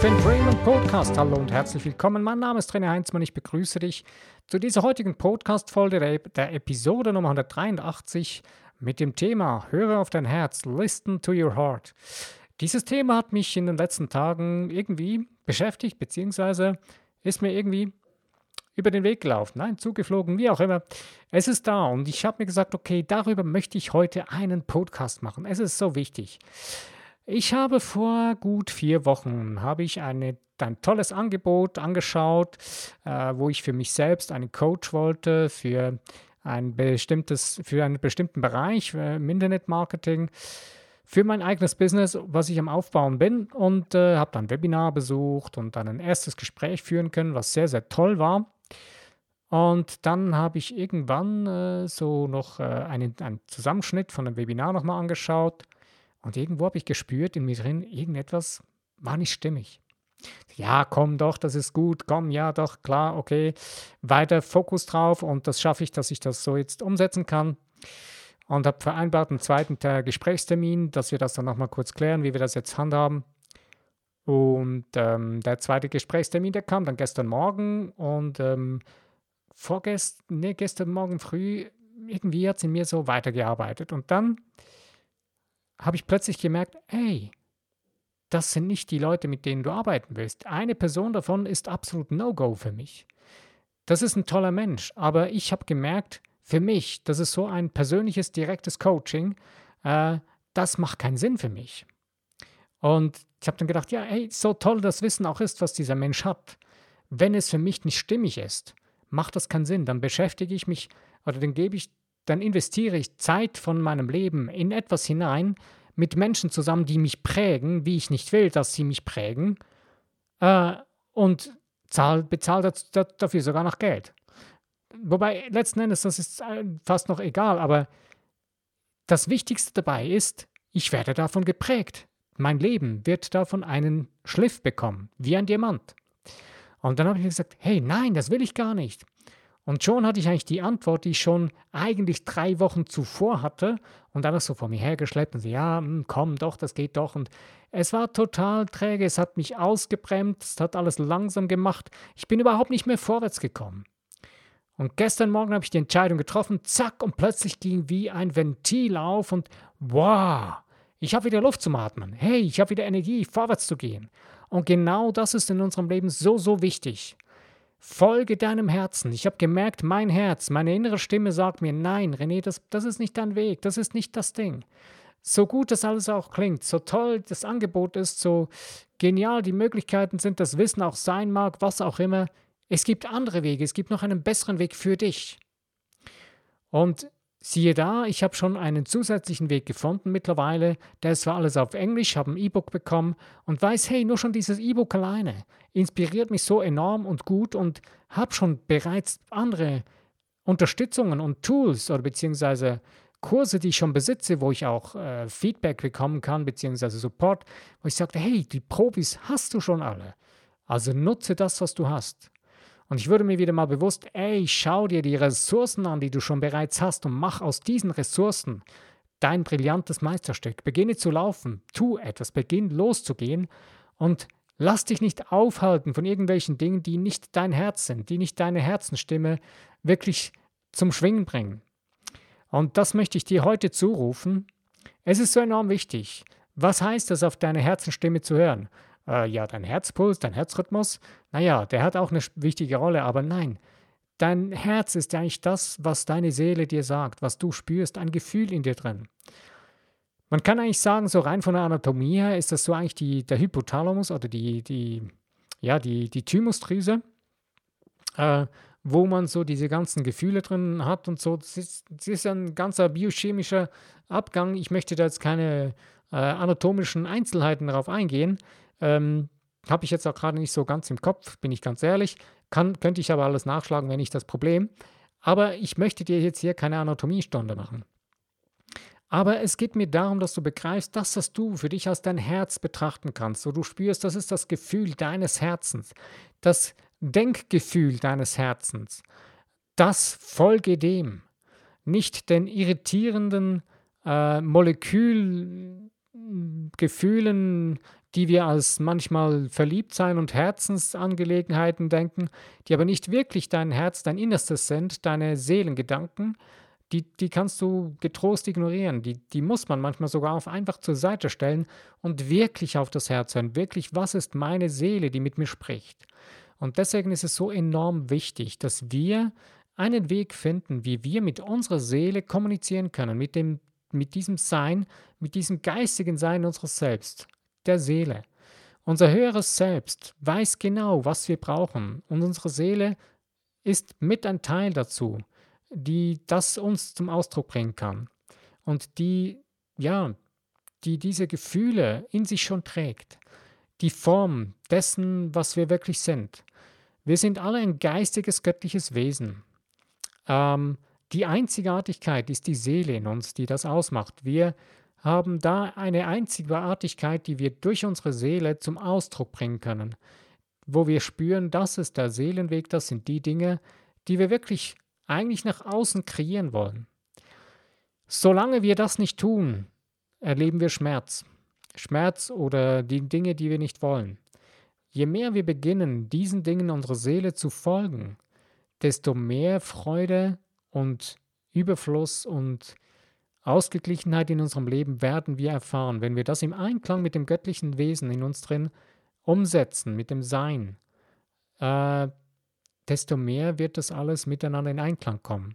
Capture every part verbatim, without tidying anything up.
Fin Freeman Podcast. Hallo und herzlich willkommen. Mein Name ist René Heinzmann. Ich begrüße dich zu dieser heutigen Podcast-Folge der, der Episode Nummer hundertdreiundachtzig mit dem Thema Höre auf dein Herz, Listen to your heart. Dieses Thema hat mich in den letzten Tagen irgendwie beschäftigt, beziehungsweise ist mir irgendwie über den Weg gelaufen, nein, zugeflogen, wie auch immer. Es ist da und ich habe mir gesagt, okay, darüber möchte ich heute einen Podcast machen. Es ist so wichtig. Ich habe vor gut vier Wochen habe ich eine, ein tolles Angebot angeschaut, äh, wo ich für mich selbst einen Coach wollte für ein bestimmtes, für einen bestimmten Bereich äh, im Internetmarketing, für mein eigenes Business, was ich am Aufbauen bin, und äh, habe dann ein Webinar besucht und dann ein erstes Gespräch führen können, was sehr, sehr toll war. Und dann habe ich irgendwann äh, so noch äh, einen, einen Zusammenschnitt von dem Webinar nochmal angeschaut. Und irgendwo habe ich gespürt in mir drin, irgendetwas war nicht stimmig. Ja, komm doch, das ist gut, komm, ja doch, klar, okay, weiter Fokus drauf und das schaffe ich, dass ich das so jetzt umsetzen kann. Und habe vereinbart einen zweiten Gesprächstermin, dass wir das dann nochmal kurz klären, wie wir das jetzt handhaben. Und ähm, der zweite Gesprächstermin, der kam dann gestern Morgen und ähm, vorgestern, nee, gestern Morgen früh, irgendwie hat es in mir so weitergearbeitet. Und dann habe ich plötzlich gemerkt, hey, das sind nicht die Leute, mit denen du arbeiten willst. Eine Person davon ist absolut No-Go für mich. Das ist ein toller Mensch, aber ich habe gemerkt, für mich, das ist so ein persönliches, direktes Coaching, äh, das macht keinen Sinn für mich. Und ich habe dann gedacht, ja, hey, so toll das Wissen auch ist, was dieser Mensch hat. Wenn es für mich nicht stimmig ist, macht das keinen Sinn. Dann beschäftige ich mich oder dann gebe ich dann investiere ich Zeit von meinem Leben in etwas hinein, mit Menschen zusammen, die mich prägen, wie ich nicht will, dass sie mich prägen, äh, und zahl, bezahle dafür sogar noch Geld. Wobei, letzten Endes, das ist fast noch egal, aber das Wichtigste dabei ist, ich werde davon geprägt. Mein Leben wird davon einen Schliff bekommen, wie ein Diamant. Und dann habe ich mir gesagt, hey, nein, das will ich gar nicht. Und schon hatte ich eigentlich die Antwort, die ich schon eigentlich drei Wochen zuvor hatte und einfach so vor mir hergeschleppt und so, ja, mh, komm doch, das geht doch. Und es war total träge, es hat mich ausgebremst, es hat alles langsam gemacht. Ich bin überhaupt nicht mehr vorwärts gekommen. Und gestern Morgen habe ich die Entscheidung getroffen, zack, und plötzlich ging wie ein Ventil auf und wow, ich habe wieder Luft zum Atmen. Hey, ich habe wieder Energie, vorwärts zu gehen. Und genau das ist in unserem Leben so, so wichtig. Folge deinem Herzen. Ich habe gemerkt, mein Herz, meine innere Stimme sagt mir, nein, René, das, das ist nicht dein Weg, das ist nicht das Ding. So gut das alles auch klingt, so toll das Angebot ist, so genial die Möglichkeiten sind, das Wissen auch sein mag, was auch immer, es gibt andere Wege, es gibt noch einen besseren Weg für dich. Und siehe da, ich habe schon einen zusätzlichen Weg gefunden mittlerweile. Der ist zwar alles auf Englisch, habe ein E-Book bekommen und weiß, hey, nur schon dieses E-Book alleine inspiriert mich so enorm und gut und habe schon bereits andere Unterstützungen und Tools oder beziehungsweise Kurse, die ich schon besitze, wo ich auch äh, Feedback bekommen kann, beziehungsweise Support, wo ich sagte, hey, die Profis hast du schon alle. Also nutze das, was du hast. Und ich wurde mir wieder mal bewusst, ey, schau dir die Ressourcen an, die du schon bereits hast und mach aus diesen Ressourcen dein brillantes Meisterstück. Beginne zu laufen, tu etwas, beginn loszugehen und lass dich nicht aufhalten von irgendwelchen Dingen, die nicht dein Herz sind, die nicht deine Herzensstimme wirklich zum Schwingen bringen. Und das möchte ich dir heute zurufen. Es ist so enorm wichtig. Was heißt das, auf deine Herzensstimme zu hören? Äh, ja, dein Herzpuls, dein Herzrhythmus, naja, der hat auch eine wichtige Rolle, aber nein, dein Herz ist ja eigentlich das, was deine Seele dir sagt, was du spürst, ein Gefühl in dir drin. Man kann eigentlich sagen, so rein von der Anatomie her ist das so eigentlich die, der Hypothalamus oder die, die, ja, die, die Thymusdrüse, äh, wo man so diese ganzen Gefühle drin hat und so. Das ist, das ist ein ganzer biochemischer Abgang. Ich möchte da jetzt keine äh, anatomischen Einzelheiten darauf eingehen. Ähm, habe ich jetzt auch gerade nicht so ganz im Kopf, bin ich ganz ehrlich. Kann, könnte ich aber alles nachschlagen, wenn nicht das Problem. Aber ich möchte dir jetzt hier keine Anatomiestunde machen. Aber es geht mir darum, dass du begreifst, das, was du für dich als dein Herz betrachten kannst. So du spürst, das ist das Gefühl deines Herzens, das Denkgefühl deines Herzens. Das folge dem. Nicht den irritierenden äh, Molekülgefühlen, die wir als manchmal Verliebtsein und Herzensangelegenheiten denken, die aber nicht wirklich dein Herz, dein Innerstes sind, deine Seelengedanken, die, die kannst du getrost ignorieren. Die, die muss man manchmal sogar auf einfach zur Seite stellen und wirklich auf das Herz hören. Wirklich, was ist meine Seele, die mit mir spricht? Und deswegen ist es so enorm wichtig, dass wir einen Weg finden, wie wir mit unserer Seele kommunizieren können, mit dem, mit diesem Sein, mit diesem geistigen Sein unseres Selbst, der Seele. Unser höheres Selbst weiß genau, was wir brauchen, und unsere Seele ist mit ein Teil dazu, die das uns zum Ausdruck bringen kann und die, ja, die diese Gefühle in sich schon trägt, die Form dessen, was wir wirklich sind. Wir sind alle ein geistiges, göttliches Wesen. Ähm, die Einzigartigkeit ist die Seele in uns, die das ausmacht. Wir haben da eine Einzigartigkeit, die wir durch unsere Seele zum Ausdruck bringen können, wo wir spüren, das ist der Seelenweg, das sind die Dinge, die wir wirklich eigentlich nach außen kreieren wollen. Solange wir das nicht tun, erleben wir Schmerz. Schmerz oder die Dinge, die wir nicht wollen. Je mehr wir beginnen, diesen Dingen unserer Seele zu folgen, desto mehr Freude und Überfluss und Ausgeglichenheit in unserem Leben werden wir erfahren, wenn wir das im Einklang mit dem göttlichen Wesen in uns drin umsetzen, mit dem Sein. Äh, desto mehr wird das alles miteinander in Einklang kommen.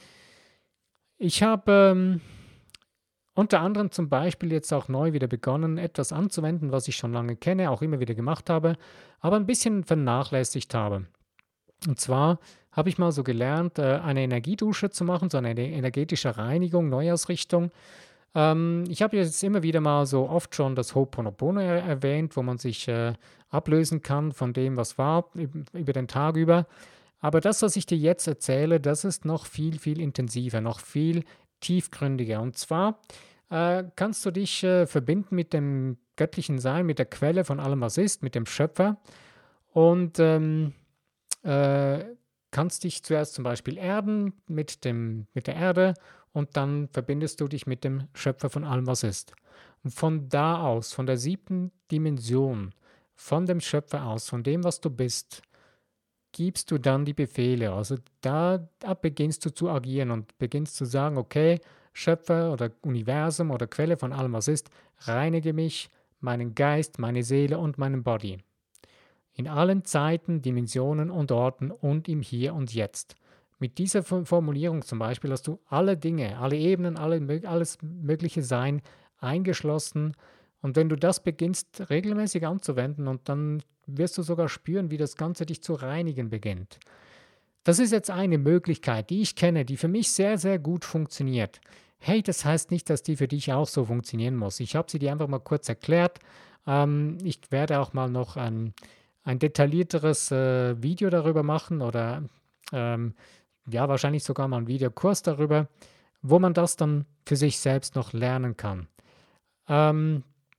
Ich habe ähm, unter anderem zum Beispiel jetzt auch neu wieder begonnen, etwas anzuwenden, was ich schon lange kenne, auch immer wieder gemacht habe, aber ein bisschen vernachlässigt habe. Und zwar habe ich mal so gelernt, äh, eine Energiedusche zu machen, so eine energetische Reinigung, Neuausrichtung. Ähm, ich habe jetzt immer wieder mal so oft schon das Ho'oponopono er erwähnt, wo man sich äh, ablösen kann von dem, was war, über den Tag über. Aber das, was ich dir jetzt erzähle, das ist noch viel, viel intensiver, noch viel tiefgründiger. Und zwar äh, kannst du dich äh, verbinden mit dem göttlichen Sein, mit der Quelle von allem, was ist, mit dem Schöpfer. Und ähm, äh, kannst dich zuerst zum Beispiel erden mit, dem, mit der Erde und dann verbindest du dich mit dem Schöpfer von allem, was ist. Und von da aus, von der siebten Dimension, von dem Schöpfer aus, von dem, was du bist, gibst du dann die Befehle. Also da, da beginnst du zu agieren und beginnst zu sagen, okay, Schöpfer oder Universum oder Quelle von allem, was ist, reinige mich, meinen Geist, meine Seele und meinen Body. In allen Zeiten, Dimensionen und Orten und im Hier und Jetzt. Mit dieser Formulierung zum Beispiel hast du alle Dinge, alle Ebenen, alle, alles mögliche Sein eingeschlossen. Und wenn du das beginnst regelmäßig anzuwenden, und dann wirst du sogar spüren, wie das Ganze dich zu reinigen beginnt. Das ist jetzt eine Möglichkeit, die ich kenne, die für mich sehr, sehr gut funktioniert. Hey, das heißt nicht, dass die für dich auch so funktionieren muss. Ich habe sie dir einfach mal kurz erklärt. Ähm, ich werde auch mal noch ein, ein detaillierteres äh, Video darüber machen oder ähm, ja, wahrscheinlich sogar mal einen Videokurs darüber, wo man das dann für sich selbst noch lernen kann. Ähm,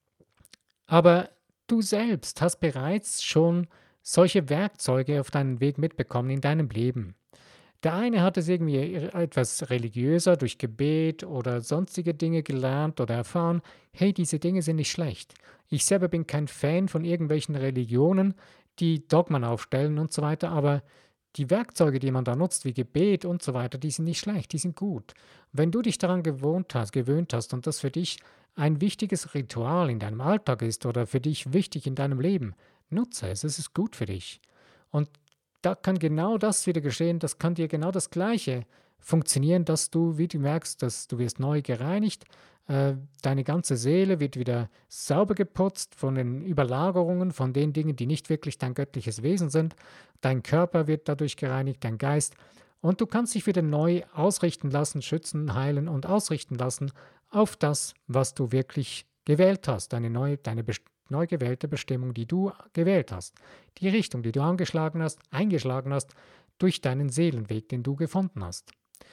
aber du selbst hast bereits schon solche Werkzeuge auf deinem Weg mitbekommen in deinem Leben. Der eine hat es irgendwie etwas religiöser durch Gebet oder sonstige Dinge gelernt oder erfahren. Hey, diese Dinge sind nicht schlecht. Ich selber bin kein Fan von irgendwelchen Religionen, die Dogmen aufstellen und so weiter, aber die Werkzeuge, die man da nutzt, wie Gebet und so weiter, die sind nicht schlecht, die sind gut. Wenn du dich daran gewohnt hast, gewöhnt hast und das für dich ein wichtiges Ritual in deinem Alltag ist oder für dich wichtig in deinem Leben, nutze es, es ist gut für dich. Und da kann genau das wieder geschehen, das kann dir genau das Gleiche funktionieren, dass du, wie du merkst, dass du wirst neu gereinigt, äh, deine ganze Seele wird wieder sauber geputzt von den Überlagerungen, von den Dingen, die nicht wirklich dein göttliches Wesen sind, dein Körper wird dadurch gereinigt, dein Geist, und du kannst dich wieder neu ausrichten lassen, schützen, heilen und ausrichten lassen auf das, was du wirklich gewählt hast, deine, neu, deine best- neu gewählte Bestimmung, die du gewählt hast, die Richtung, die du angeschlagen hast, eingeschlagen hast, durch deinen Seelenweg, den du gefunden hast.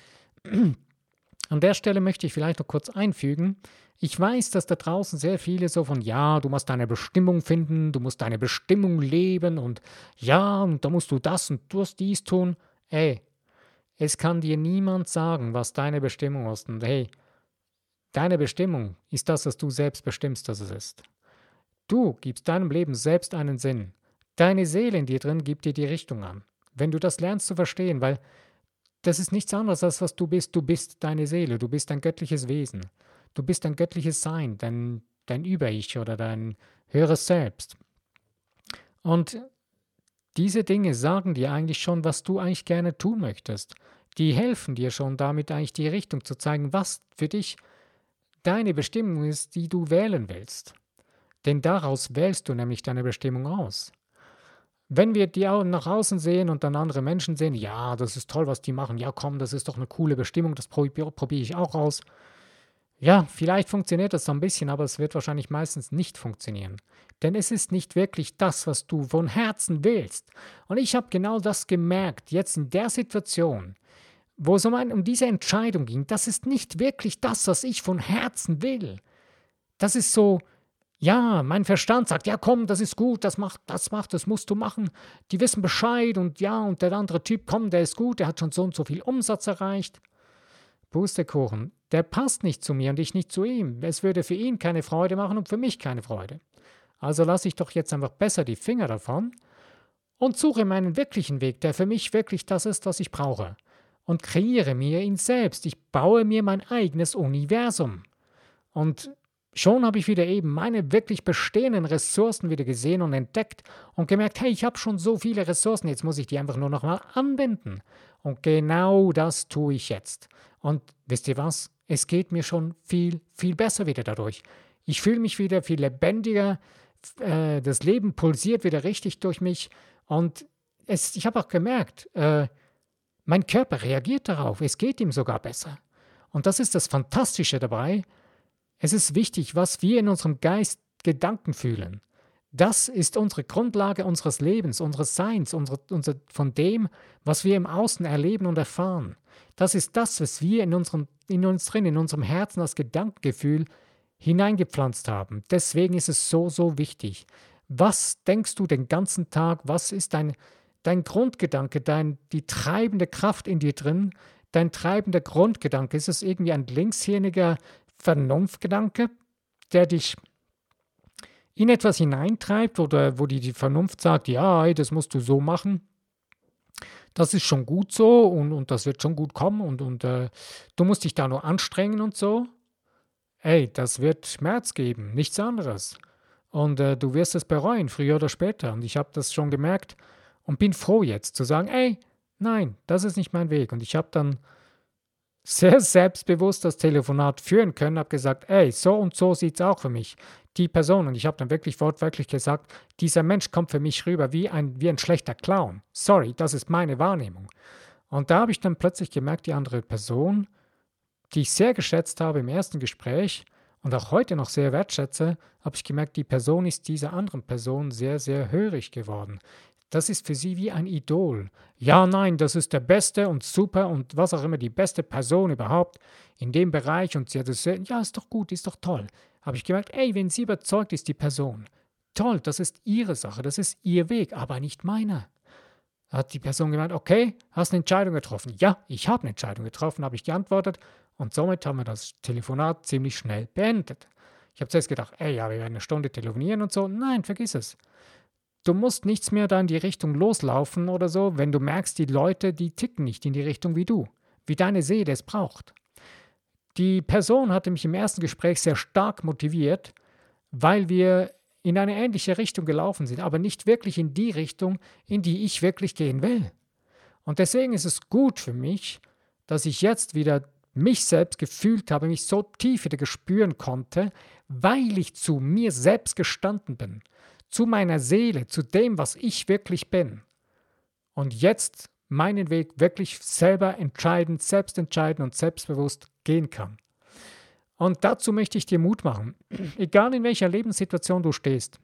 An der Stelle möchte ich vielleicht noch kurz einfügen, ich weiß, dass da draußen sehr viele so von, ja, du musst deine Bestimmung finden, du musst deine Bestimmung leben und ja, und da musst du das und du musst dies tun. Ey, es kann dir niemand sagen, was deine Bestimmung ist. Und hey, deine Bestimmung ist das, was du selbst bestimmst, dass es ist. Du gibst deinem Leben selbst einen Sinn. Deine Seele in dir drin gibt dir die Richtung an. Wenn du das lernst zu verstehen, weil das ist nichts anderes als was du bist. Du bist deine Seele, du bist ein göttliches Wesen. Du bist ein göttliches Sein, dein, dein Über-Ich oder dein höheres Selbst. Und diese Dinge sagen dir eigentlich schon, was du eigentlich gerne tun möchtest. Die helfen dir schon damit eigentlich die Richtung zu zeigen, was für dich deine Bestimmung ist, die du wählen willst. Denn daraus wählst du nämlich deine Bestimmung aus. Wenn wir die Augen nach außen sehen und dann andere Menschen sehen, ja, das ist toll, was die machen, ja komm, das ist doch eine coole Bestimmung, das probiere probier ich auch aus. Ja, vielleicht funktioniert das so ein bisschen, aber es wird wahrscheinlich meistens nicht funktionieren. Denn es ist nicht wirklich das, was du von Herzen willst. Und ich habe genau das gemerkt, jetzt in der Situation, wo es um, ein, um diese Entscheidung ging. Das ist nicht wirklich das, was ich von Herzen will. Das ist so, ja, mein Verstand sagt, ja komm, das ist gut, das macht, das macht, das musst du machen. Die wissen Bescheid und ja, und der andere Typ, komm, der ist gut, der hat schon so und so viel Umsatz erreicht. Pustekuchen, der passt nicht zu mir und ich nicht zu ihm. Es würde für ihn keine Freude machen und für mich keine Freude. Also lasse ich doch jetzt einfach besser die Finger davon und suche meinen wirklichen Weg, der für mich wirklich das ist, was ich brauche. Und kreiere mir ihn selbst. Ich baue mir mein eigenes Universum. Und schon habe ich wieder eben meine wirklich bestehenden Ressourcen wieder gesehen und entdeckt und gemerkt, hey, ich habe schon so viele Ressourcen, jetzt muss ich die einfach nur noch mal anwenden. Und genau das tue ich jetzt. Und wisst ihr was? Es geht mir schon viel, viel besser wieder dadurch. Ich fühle mich wieder viel lebendiger, äh, das Leben pulsiert wieder richtig durch mich und es, ich habe auch gemerkt, äh, mein Körper reagiert darauf, es geht ihm sogar besser. Und das ist das Fantastische dabei. Es ist wichtig, was wir in unserem Geist Gedanken fühlen. Das ist unsere Grundlage unseres Lebens, unseres Seins, unsere, unser, von dem, was wir im Außen erleben und erfahren. Das ist das, was wir in, unserem, in uns drin, in unserem Herzen als Gedankengefühl hineingepflanzt haben. Deswegen ist es so, so wichtig. Was denkst du den ganzen Tag? Was ist dein, dein Grundgedanke, dein, die treibende Kraft in dir drin? Dein treibender Grundgedanke? Ist es irgendwie ein linkshirniger Vernunftgedanke, der dich in etwas hineintreibt oder wo die, die Vernunft sagt, ja, hey, das musst du so machen, das ist schon gut so und, und das wird schon gut kommen und, und äh, du musst dich da nur anstrengen und so. Ey, das wird Schmerz geben, nichts anderes. Und äh, du wirst es bereuen, früher oder später. Und ich habe das schon gemerkt und bin froh jetzt zu sagen, ey, nein, das ist nicht mein Weg. Und ich habe dann sehr selbstbewusst das Telefonat führen können, habe gesagt, ey, so und so sieht es auch für mich. Die Person, und ich habe dann wirklich wortwörtlich gesagt, dieser Mensch kommt für mich rüber wie ein, wie ein schlechter Clown. Sorry, das ist meine Wahrnehmung. Und da habe ich dann plötzlich gemerkt, die andere Person, die ich sehr geschätzt habe im ersten Gespräch und auch heute noch sehr wertschätze, habe ich gemerkt, die Person ist dieser anderen Person sehr, sehr hörig geworden. Das ist für sie wie ein Idol. Ja, nein, das ist der Beste und super und was auch immer, die beste Person überhaupt in dem Bereich. Und sie hat es, ja, ist doch gut, ist doch toll. Habe ich gemerkt, ey, wenn sie überzeugt ist, die Person, toll, das ist ihre Sache, das ist ihr Weg, aber nicht meiner. Hat die Person gemeint, okay, hast eine Entscheidung getroffen? Ja, ich habe eine Entscheidung getroffen, habe ich geantwortet. Und somit haben wir das Telefonat ziemlich schnell beendet. Ich habe zuerst gedacht, ey, ja, wir werden eine Stunde telefonieren und so. Nein, vergiss es. Du musst nichts mehr da in die Richtung loslaufen oder so, wenn du merkst, die Leute, die ticken nicht in die Richtung wie du, wie deine Seele es braucht. Die Person hatte mich im ersten Gespräch sehr stark motiviert, weil wir in eine ähnliche Richtung gelaufen sind, aber nicht wirklich in die Richtung, in die ich wirklich gehen will. Und deswegen ist es gut für mich, dass ich jetzt wieder mich selbst gefühlt habe, mich so tief wieder gespüren konnte, weil ich zu mir selbst gestanden bin, zu meiner Seele, zu dem, was ich wirklich bin. Und jetzt meinen Weg wirklich selber entscheiden, selbst entscheiden und selbstbewusst gehen kann. Und dazu möchte ich dir Mut machen, egal in welcher Lebenssituation du stehst.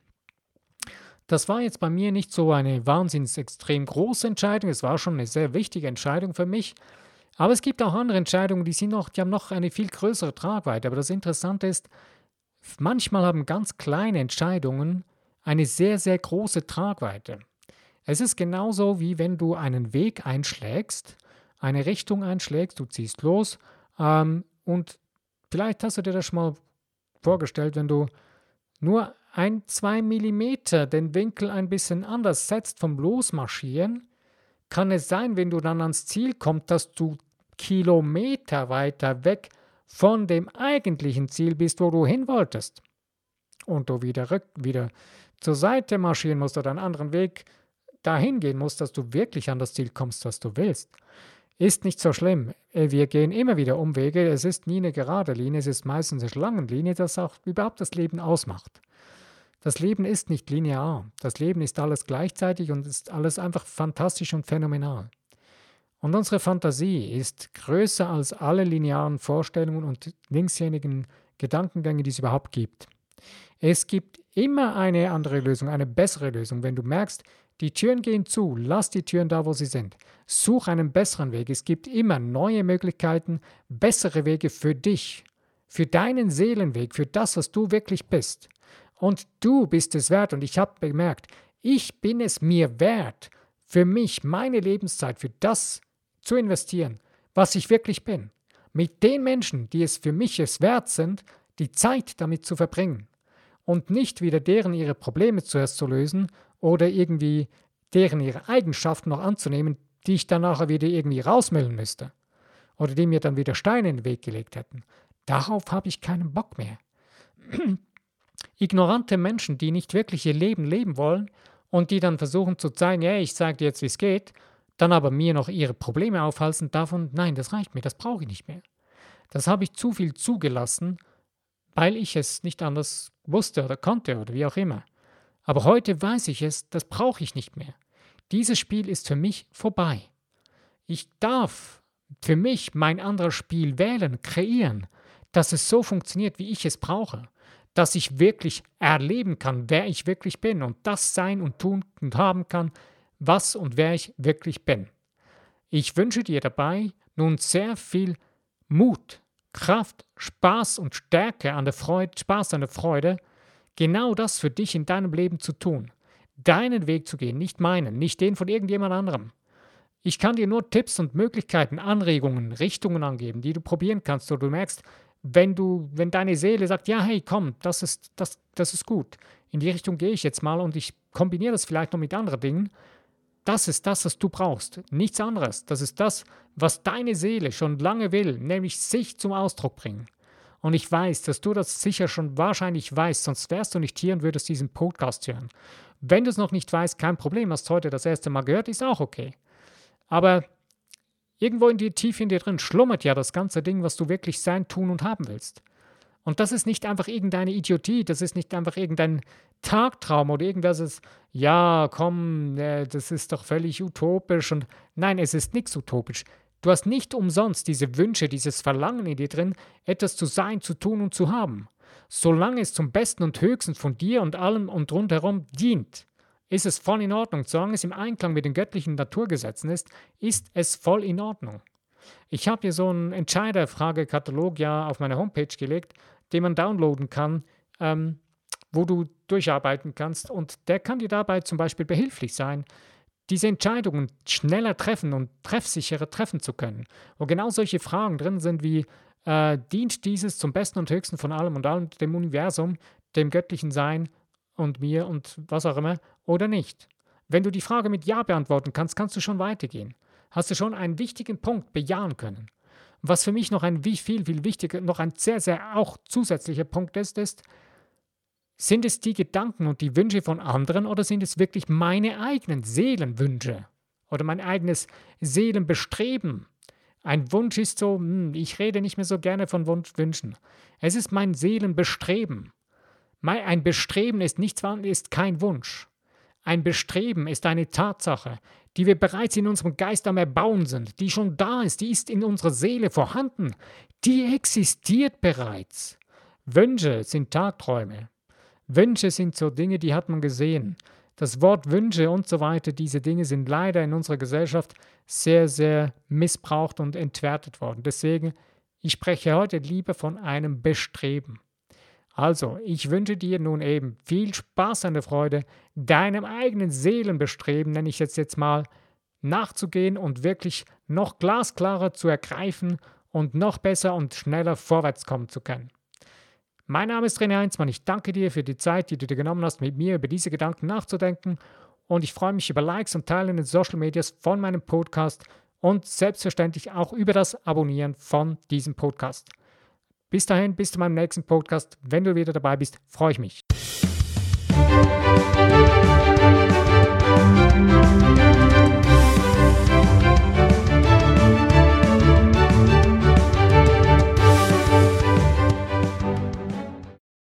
Das war jetzt bei mir nicht so eine wahnsinns extrem große Entscheidung, es war schon eine sehr wichtige Entscheidung für mich, aber es gibt auch andere Entscheidungen, die, sind noch, die haben noch eine viel größere Tragweite. Aber das Interessante ist, manchmal haben ganz kleine Entscheidungen eine sehr, sehr große Tragweite. Es ist genauso, wie wenn du einen Weg einschlägst, eine Richtung einschlägst, du ziehst los ähm, und vielleicht hast du dir das schon mal vorgestellt, wenn du nur ein, zwei Millimeter den Winkel ein bisschen anders setzt vom Losmarschieren, kann es sein, wenn du dann ans Ziel kommst, dass du Kilometer weiter weg von dem eigentlichen Ziel bist, wo du hin wolltest. Und du wieder, rück, wieder zur Seite marschieren musst oder einen anderen Weg dahin gehen musst, dass du wirklich an das Ziel kommst, was du willst. Ist nicht so schlimm. Wir gehen immer wieder Umwege. Es ist nie eine gerade Linie, es ist meistens eine Schlangenlinie, das auch überhaupt das Leben ausmacht. Das Leben ist nicht linear. Das Leben ist alles gleichzeitig und ist alles einfach fantastisch und phänomenal. Und unsere Fantasie ist größer als alle linearen Vorstellungen und linksjährigen Gedankengänge, die es überhaupt gibt. Es gibt immer eine andere Lösung, eine bessere Lösung. Wenn du merkst, die Türen gehen zu, lass die Türen da, wo sie sind. Such einen besseren Weg. Es gibt immer neue Möglichkeiten, bessere Wege für dich, für deinen Seelenweg, für das, was du wirklich bist. Und du bist es wert. Und ich habe bemerkt, ich bin es mir wert, für mich, meine Lebenszeit, für das zu investieren, was ich wirklich bin. Mit den Menschen, die es für mich es wert sind, die Zeit damit zu verbringen. Und nicht wieder deren ihre Probleme zuerst zu lösen oder irgendwie deren ihre Eigenschaften noch anzunehmen, die ich dann nachher wieder irgendwie rausmüllen müsste. Oder die mir dann wieder Steine in den Weg gelegt hätten. Darauf habe ich keinen Bock mehr. Ignorante Menschen, die nicht wirklich ihr Leben leben wollen und die dann versuchen zu zeigen, ja, ich zeige dir jetzt, wie es geht, dann aber mir noch ihre Probleme aufhalsen, davon, nein, das reicht mir, das brauche ich nicht mehr. Das habe ich zu viel zugelassen, weil ich es nicht anders wusste oder konnte oder wie auch immer. Aber heute weiß ich es, das brauche ich nicht mehr. Dieses Spiel ist für mich vorbei. Ich darf für mich mein anderes Spiel wählen, kreieren, dass es so funktioniert, wie ich es brauche. Dass ich wirklich erleben kann, wer ich wirklich bin und das sein und tun und haben kann, was und wer ich wirklich bin. Ich wünsche dir dabei nun sehr viel Mut, Kraft, Spaß und Stärke an der Freude, Spaß an der Freude, genau das für dich in deinem Leben zu tun. Deinen Weg zu gehen, nicht meinen, nicht den von irgendjemand anderem. Ich kann dir nur Tipps und Möglichkeiten, Anregungen, Richtungen angeben, die du probieren kannst, wo du merkst, wenn du, wenn deine Seele sagt, ja, hey, komm, das ist, das, das ist gut, in die Richtung gehe ich jetzt mal und ich kombiniere das vielleicht noch mit anderen Dingen, das ist das, was du brauchst, nichts anderes. Das ist das, was deine Seele schon lange will, nämlich sich zum Ausdruck bringen. Und ich weiß, dass du das sicher schon wahrscheinlich weißt, sonst wärst du nicht hier und würdest diesen Podcast hören. Wenn du es noch nicht weißt, kein Problem, hast heute das erste Mal gehört, ist auch okay. Aber irgendwo in dir, tief in dir drin schlummert ja das ganze Ding, was du wirklich sein, tun und haben willst. Und das ist nicht einfach irgendeine Idiotie, das ist nicht einfach irgendein Tagtraum oder irgendwas ist, ja, komm, äh, das ist doch völlig utopisch. Und nein, es ist nichts utopisch. Du hast nicht umsonst diese Wünsche, dieses Verlangen in dir drin, etwas zu sein, zu tun und zu haben. Solange es zum Besten und Höchsten von dir und allem und rundherum dient, ist es voll in Ordnung. Solange es im Einklang mit den göttlichen Naturgesetzen ist, ist es voll in Ordnung. Ich habe hier so einen Entscheider-Fragekatalog ja auf meine Homepage gelegt, den man downloaden kann, ähm, wo du durcharbeiten kannst. Und der kann dir dabei zum Beispiel behilflich sein, diese Entscheidungen schneller treffen und treffsicherer treffen zu können. Wo genau solche Fragen drin sind wie, äh, dient dieses zum Besten und Höchsten von allem und allem, dem Universum, dem göttlichen Sein und mir und was auch immer, oder nicht? Wenn du die Frage mit Ja beantworten kannst, kannst du schon weitergehen. Hast du schon einen wichtigen Punkt bejahen können. Was für mich noch ein wie viel, viel wichtiger, noch ein sehr, sehr auch zusätzlicher Punkt ist, ist, sind es die Gedanken und die Wünsche von anderen oder sind es wirklich meine eigenen Seelenwünsche oder mein eigenes Seelenbestreben? Ein Wunsch ist so, hm, ich rede nicht mehr so gerne von Wunsch, Wünschen. Es ist mein Seelenbestreben. Mein, ein Bestreben ist nichts anderes, ist kein Wunsch. Ein Bestreben ist eine Tatsache, die wir bereits in unserem Geist am Erbauen sind, die schon da ist, die ist in unserer Seele vorhanden, die existiert bereits. Wünsche sind Tagträume. Wünsche sind so Dinge, die hat man gesehen. Das Wort Wünsche und so weiter, diese Dinge sind leider in unserer Gesellschaft sehr, sehr missbraucht und entwertet worden. Deswegen, ich spreche heute lieber von einem Bestreben. Also, ich wünsche dir nun eben viel Spaß an der Freude, deinem eigenen Seelenbestreben, nenne ich es jetzt mal, nachzugehen und wirklich noch glasklarer zu ergreifen und noch besser und schneller vorwärts kommen zu können. Mein Name ist René Heinzmann. Ich danke dir für die Zeit, die du dir genommen hast, mit mir über diese Gedanken nachzudenken. Und ich freue mich über Likes und Teilen in den Social Medias von meinem Podcast und selbstverständlich auch über das Abonnieren von diesem Podcast. Bis dahin, bis zu meinem nächsten Podcast. Wenn du wieder dabei bist, freue ich mich.